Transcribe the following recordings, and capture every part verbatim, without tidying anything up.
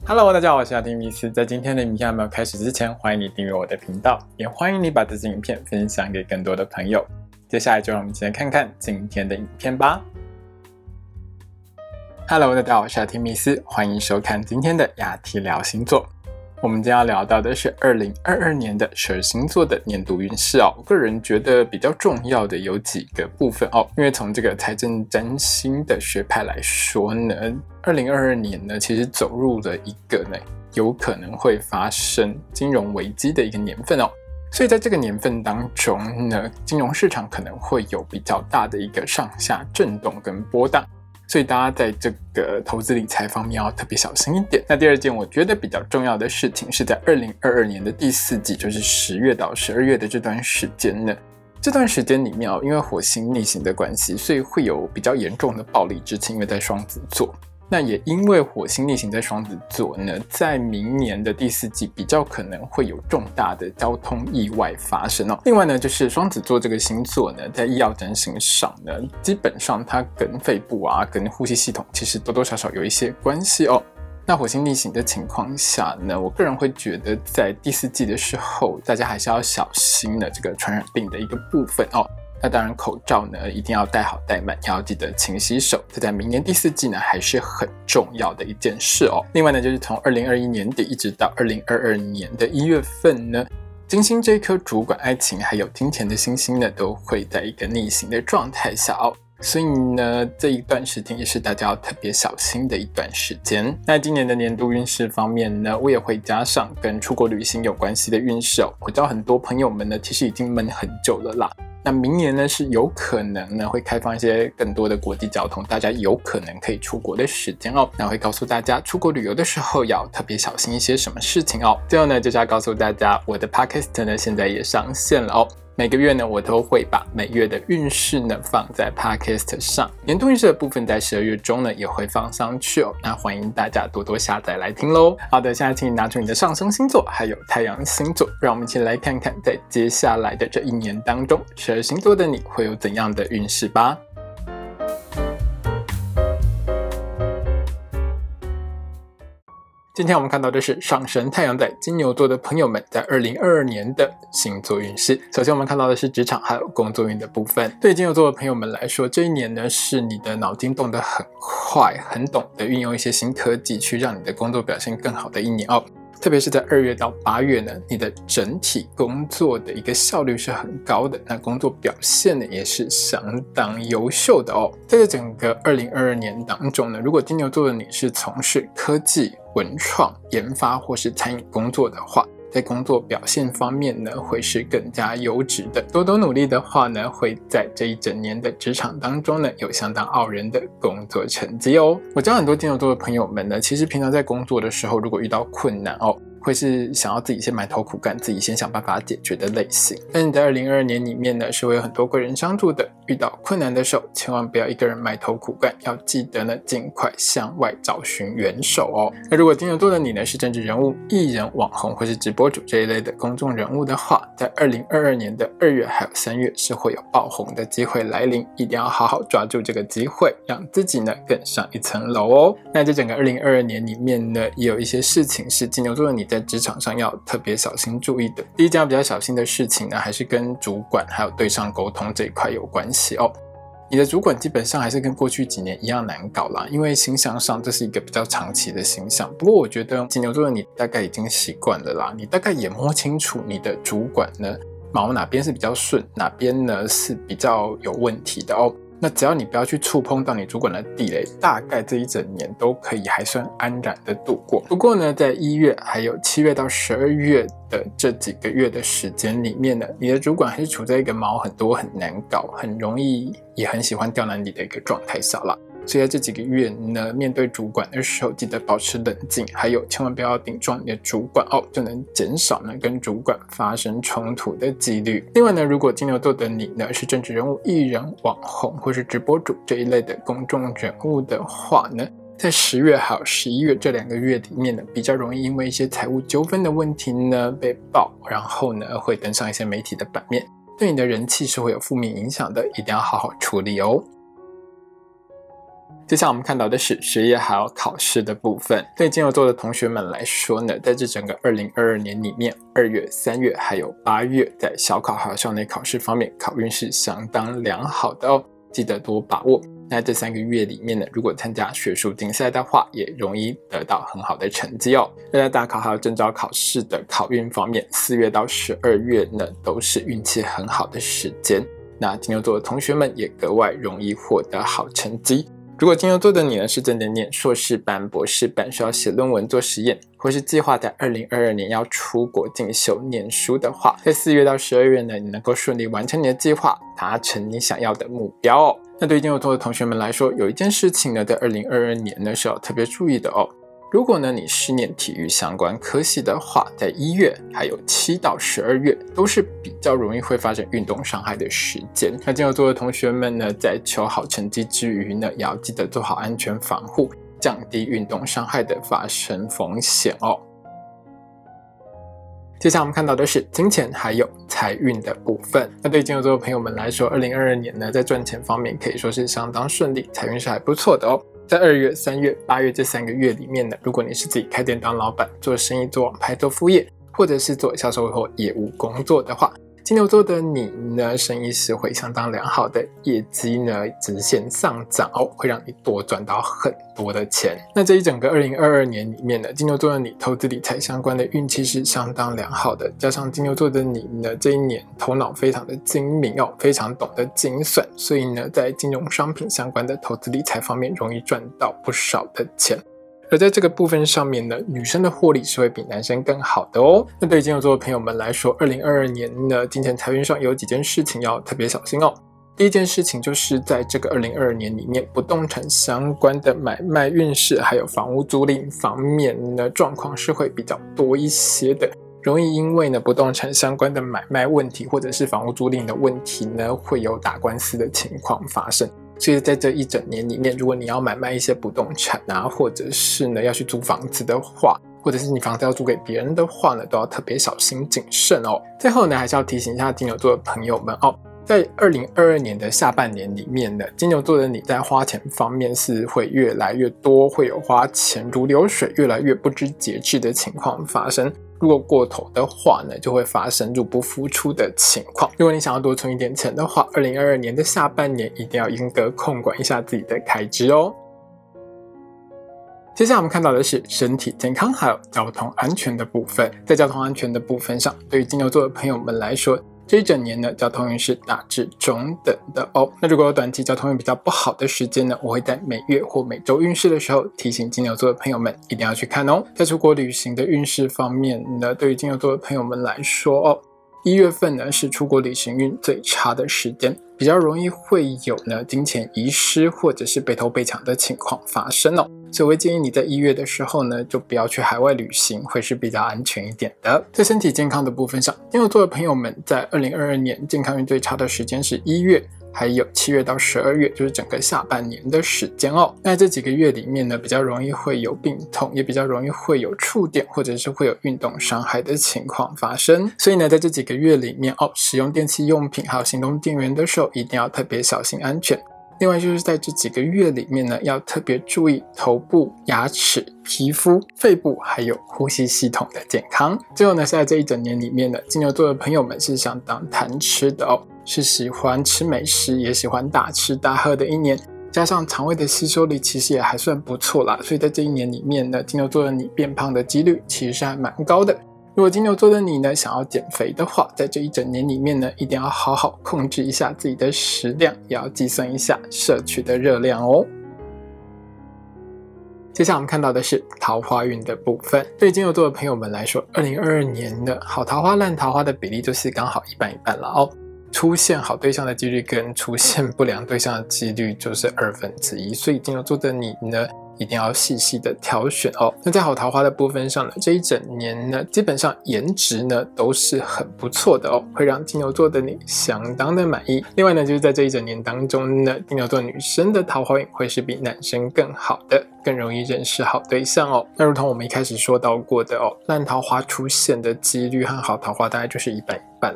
Hello， 大家好，我是阿丁米斯。在今天的影片还没有开始之前，欢迎你订阅我的频道，也欢迎你把这支影片分享给更多的朋友。接下来就让我们一起来看看今天的影片吧。Hello， 大家好，我是阿丁米斯，欢迎收看今天的雅题聊星座。我们今天要聊到的是二零二二年的十二星座的年度运势哦。我个人觉得比较重要的有几个部分哦，因为从这个财政占星的学派来说呢，二零二二年呢其实走入了一个呢有可能会发生金融危机的一个年份哦。所以在这个年份当中呢，金融市场可能会有比较大的一个上下震动跟波荡。所以大家在这个投资理财方面要特别小心一点。那第二件我觉得比较重要的事情是在二零二二年的第四季，就是十月到十二月的这段时间呢，这段时间里面哦，因为火星逆行的关系，所以会有比较严重的暴力之情，因为在双子座。那也因为火星逆行在双子座呢，在明年的第四季比较可能会有重大的交通意外发生哦。另外呢，就是双子座这个星座呢，在医药占星上呢，基本上它跟肺部啊、跟呼吸系统其实多多少少有一些关系哦。那火星逆行的情况下呢，我个人会觉得在第四季的时候，大家还是要小心的这个传染病的一个部分哦。那当然口罩呢一定要戴好戴满，也要记得勤洗手，这在明年第四季呢还是很重要的一件事哦。另外呢，就是从二零二一年底一直到二零二二年的一月份呢，金星这一颗主管爱情还有金钱的星星呢，都会在一个逆行的状态下哦。所以呢，这一段时间也是大家要特别小心的一段时间。那今年的年度运势方面呢，我也会加上跟出国旅行有关系的运势哦。我知道很多朋友们呢，其实已经闷很久了啦。那明年呢，是有可能呢会开放一些更多的国际交通，大家有可能可以出国的时间哦。那会告诉大家出国旅游的时候要特别小心一些什么事情哦。最后呢，就是要告诉大家，我的 podcast 呢现在也上线了哦。每个月呢，我都会把每月的运势呢放在 podcast 上，年度运势的部分在十二月中呢也会放上去哦。那欢迎大家多多下载来听咯。好的，现在请你拿出你的上升星座还有太阳星座，让我们一起来看看在接下来的这一年当中，十二星座的你会有怎样的运势吧。今天我们看到的是上升太阳在金牛座的朋友们在二零二二年的星座运势。首先我们看到的是职场还有工作运的部分。对金牛座的朋友们来说，这一年呢是你的脑筋动得很快，很懂得运用一些新科技去让你的工作表现更好的一年哦。特别是在二月到八月呢，你的整体工作的一个效率是很高的，那工作表现呢也是相当优秀的哦。在这整个二零二二年当中呢，如果金牛座的你是从事科技、文创、研发或是餐饮工作的话，在工作表现方面呢会是更加优质的，多多努力的话呢，会在这一整年的职场当中呢有相当傲人的工作成绩哦。我知道很多金牛座的朋友们呢，其实平常在工作的时候，如果遇到困难哦，会是想要自己先埋头苦干，自己先想办法解决的类型。但是在二零二二年里面呢，是会有很多贵人相助的。遇到困难的时候，千万不要一个人埋头苦干，要记得呢尽快向外找寻援手哦。那如果金牛座的你呢是政治人物、艺人、网红或是直播主这一类的公众人物的话，在二零二二年的二月还有三月是会有爆红的机会来临，一定要好好抓住这个机会，让自己呢更上一层楼哦。那在整个二零二二年里面呢，也有一些事情是金牛座的你在职场上要特别小心注意的。第一件要比较小心的事情呢，还是跟主管还有对上沟通这一块有关系哦。你的主管基本上还是跟过去几年一样难搞啦，因为形象上这是一个比较长期的形象。不过我觉得金牛座的你大概已经习惯了啦，你大概也摸清楚你的主管呢毛哪边是比较顺，哪边呢是比较有问题的哦。那只要你不要去触碰到你主管的地雷，大概这一整年都可以还算安然的度过。不过呢，在一月还有七月到十二月的这几个月的时间里面呢，你的主管还是处在一个毛很多、很难搞、很容易也很喜欢刁难你的一个状态下啦。所以在这几个月呢，面对主管的时候记得保持冷静，还有千万不要顶撞你的主管哦，就能减少呢跟主管发生冲突的几率。另外呢，如果金牛座的你呢是政治人物、艺人、网红或是直播主这一类的公众人物的话呢，在十月还有十一月这两个月里面呢，比较容易因为一些财务纠纷的问题呢被爆，然后呢会登上一些媒体的版面，对你的人气是会有负面影响的，一定要好好处理哦。 接下来我们看到的是学业还有考试的部分。对金牛座的同学们来说呢，在这整个二零二二年里面，二月、三月还有八月，在小考还有校内考试方面，考运是相当良好的哦，记得多把握。那这三个月里面呢，如果参加学术竞赛的话，也容易得到很好的成绩哦。那在大考还有证照考试的考运方面，四月到十二月呢，都是运气很好的时间。那金牛座的同学们也格外容易获得好成绩。如果金牛座的你呢是正在念硕士班、博士班，需要写论文做实验，或是计划在二零二二年要出国进修念书的话，在四月到十二月呢，你能够顺利完成你的计划，达成你想要的目标哦。那对于金牛座的同学们来说，有一件事情呢，在二零二二年呢是要特别注意的哦。如果呢你是念体育相关科系的话，在一月还有七到十二月都是比较容易会发生运动伤害的时间。那金牛座的同学们呢，在求好成绩之余呢，也要记得做好安全防护，降低运动伤害的发生风险哦。接下来我们看到的是金钱还有财运的部分。那对金牛座的朋友们来说，二零二二年呢，在赚钱方面可以说是相当顺利，财运是还不错的哦。在二月、三月、八月这三个月里面呢，如果你是自己开店当老板、做生意、做网拍、做副业，或者是做销售或业务工作的话，金牛座的你呢，生意是会相当良好的，业绩呢直线上涨哦，会让你多赚到很多的钱。那这一整个二零二二年里面呢，金牛座的你投资理财相关的运气是相当良好的，加上金牛座的你呢，这一年头脑非常的精明哦，非常懂得精算，所以呢，在金融商品相关的投资理财方面，容易赚到不少的钱。而在这个部分上面呢，女生的获利是会比男生更好的哦。那对于金牛座的朋友们来说，二零二二年呢，金钱财运上有几件事情要特别小心哦。第一件事情就是在这个二零二二年里面，不动产相关的买卖运势还有房屋租赁方面呢，状况是会比较多一些的，容易因为呢不动产相关的买卖问题或者是房屋租赁的问题呢，会有打官司的情况发生。所以在这一整年里面，如果你要买卖一些不动产啊，或者是呢要去租房子的话，或者是你房子要租给别人的话呢，都要特别小心谨慎哦。最后呢，还是要提醒一下金牛座的朋友们哦，在二零二二年的下半年里面呢，金牛座的你在花钱方面是会越来越多，会有花钱如流水，越来越不知节制的情况发生。如果过头的话呢，就会发生入不敷出的情况。如果你想要多存一点钱的话，二零二二年的下半年一定要严格控管一下自己的开支哦。接下来我们看到的是身体健康还有交通安全的部分。在交通安全的部分上，对于金牛座的朋友们来说，这一整年呢，交通运是大致中等的哦。那如果有短期交通运比较不好的时间呢，我会在每月或每周运势的时候提醒金牛座的朋友们一定要去看哦。在出国旅行的运势方面呢，对于金牛座的朋友们来说哦，一月份呢是出国旅行运最差的时间，比较容易会有呢金钱遗失或者是被偷被抢的情况发生哦。所以我会建议你在一月的时候呢，就不要去海外旅行，会是比较安全一点的。在身体健康的部分上，金牛座的朋友们在二零二二年健康运最差的时间是一月，还有七月到十二月，就是整个下半年的时间哦。那这几个月里面呢，比较容易会有病痛，也比较容易会有触电或者是会有运动伤害的情况发生。所以呢，在这几个月里面哦，使用电器用品还有行动电源的时候，一定要特别小心安全。另外就是在这几个月里面呢，要特别注意头部、牙齿、皮肤、肺部还有呼吸系统的健康。最后呢，是在这一整年里面呢，金牛座的朋友们是相当贪吃的哦，是喜欢吃美食，也喜欢大吃大喝的一年，加上肠胃的吸收力其实也还算不错啦，所以在这一年里面呢，金牛座的你变胖的几率其实是还蛮高的。如果金牛座的你呢想要减肥的话，在这一整年里面呢，一定要好好控制一下自己的食量，也要计算一下摄取的热量哦。接下来我们看到的是桃花运的部分。对金牛座的朋友们来说，二零二二年的好桃花烂桃花的比例就是刚好一半一半了哦。出现好对象的几率跟出现不良对象的几率就是二分之一，所以金牛座的你呢，一定要细细的挑选哦。那在好桃花的部分上呢，这一整年呢，基本上颜值呢都是很不错的哦，会让金牛座的你相当的满意。另外呢，就是在这一整年当中呢，金牛座女生的桃花运会是比男生更好的，更容易认识好对象哦。那如同我们一开始说到过的哦，烂桃花出现的几率和好桃花大概就是一半一半啦。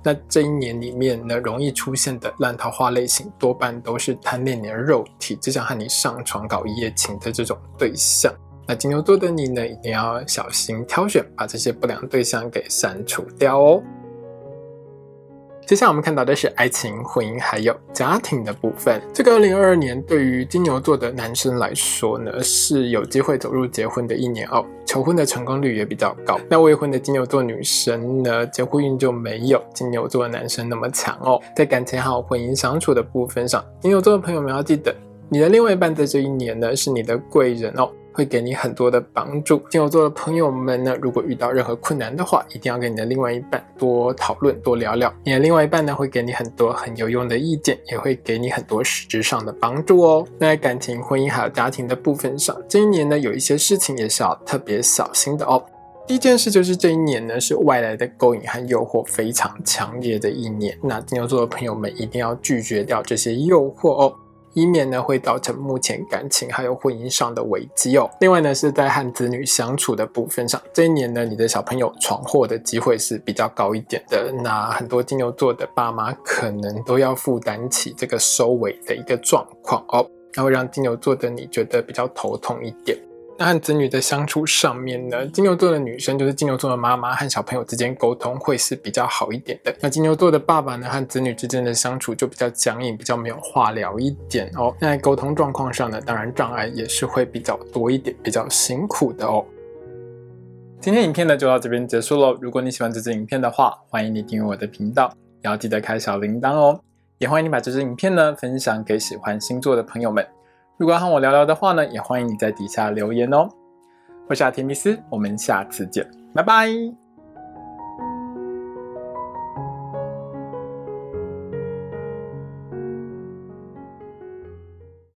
那这一年里面呢，容易出现的烂桃花类型多半都是贪恋你的肉体，只想和你上床搞一夜情的这种对象。那金牛座的你呢，一定要小心挑选，把这些不良对象给删除掉哦。接下来我们看到的是爱情、婚姻还有家庭的部分。这个二零二二年对于金牛座的男生来说呢，是有机会走入结婚的一年哦，求婚的成功率也比较高。那未婚的金牛座女生呢，结婚运就没有金牛座的男生那么强哦。在感情还有婚姻相处的部分上，金牛座的朋友们要记得，你的另外一半在这一年呢，是你的贵人哦，会给你很多的帮助。金牛座的朋友们呢，如果遇到任何困难的话，一定要跟你的另外一半多讨论多聊聊，你的另外一半呢，会给你很多很有用的意见，也会给你很多实质上的帮助哦。那在感情、婚姻还有家庭的部分上，这一年呢，有一些事情也是要特别小心的哦。第一件事就是这一年呢，是外来的勾引和诱惑非常强烈的一年，那金牛座的朋友们一定要拒绝掉这些诱惑哦，以免呢会造成目前感情还有婚姻上的危机哦。另外呢，是在和子女相处的部分上，这一年呢，你的小朋友闯祸的机会是比较高一点的。那很多金牛座的爸妈可能都要负担起这个收尾的一个状况哦，那会让金牛座的你觉得比较头痛一点。那和子女的相处上面呢，金牛座的女生就是金牛座的妈妈和小朋友之间沟通会是比较好一点的。那金牛座的爸爸呢，和子女之间的相处就比较僵硬，比较没有话聊一点哦。那在沟通状况上呢，当然障碍也是会比较多一点，比较辛苦的哦。今天影片呢就到这边结束咯。如果你喜欢这支影片的话，欢迎你订阅我的频道，也要记得开小铃铛哦。也欢迎你把这支影片呢分享给喜欢星座的朋友们。如果要和我聊聊的话呢，也欢迎你在底下留言哦。我是阿提密斯，我们下次见，拜拜。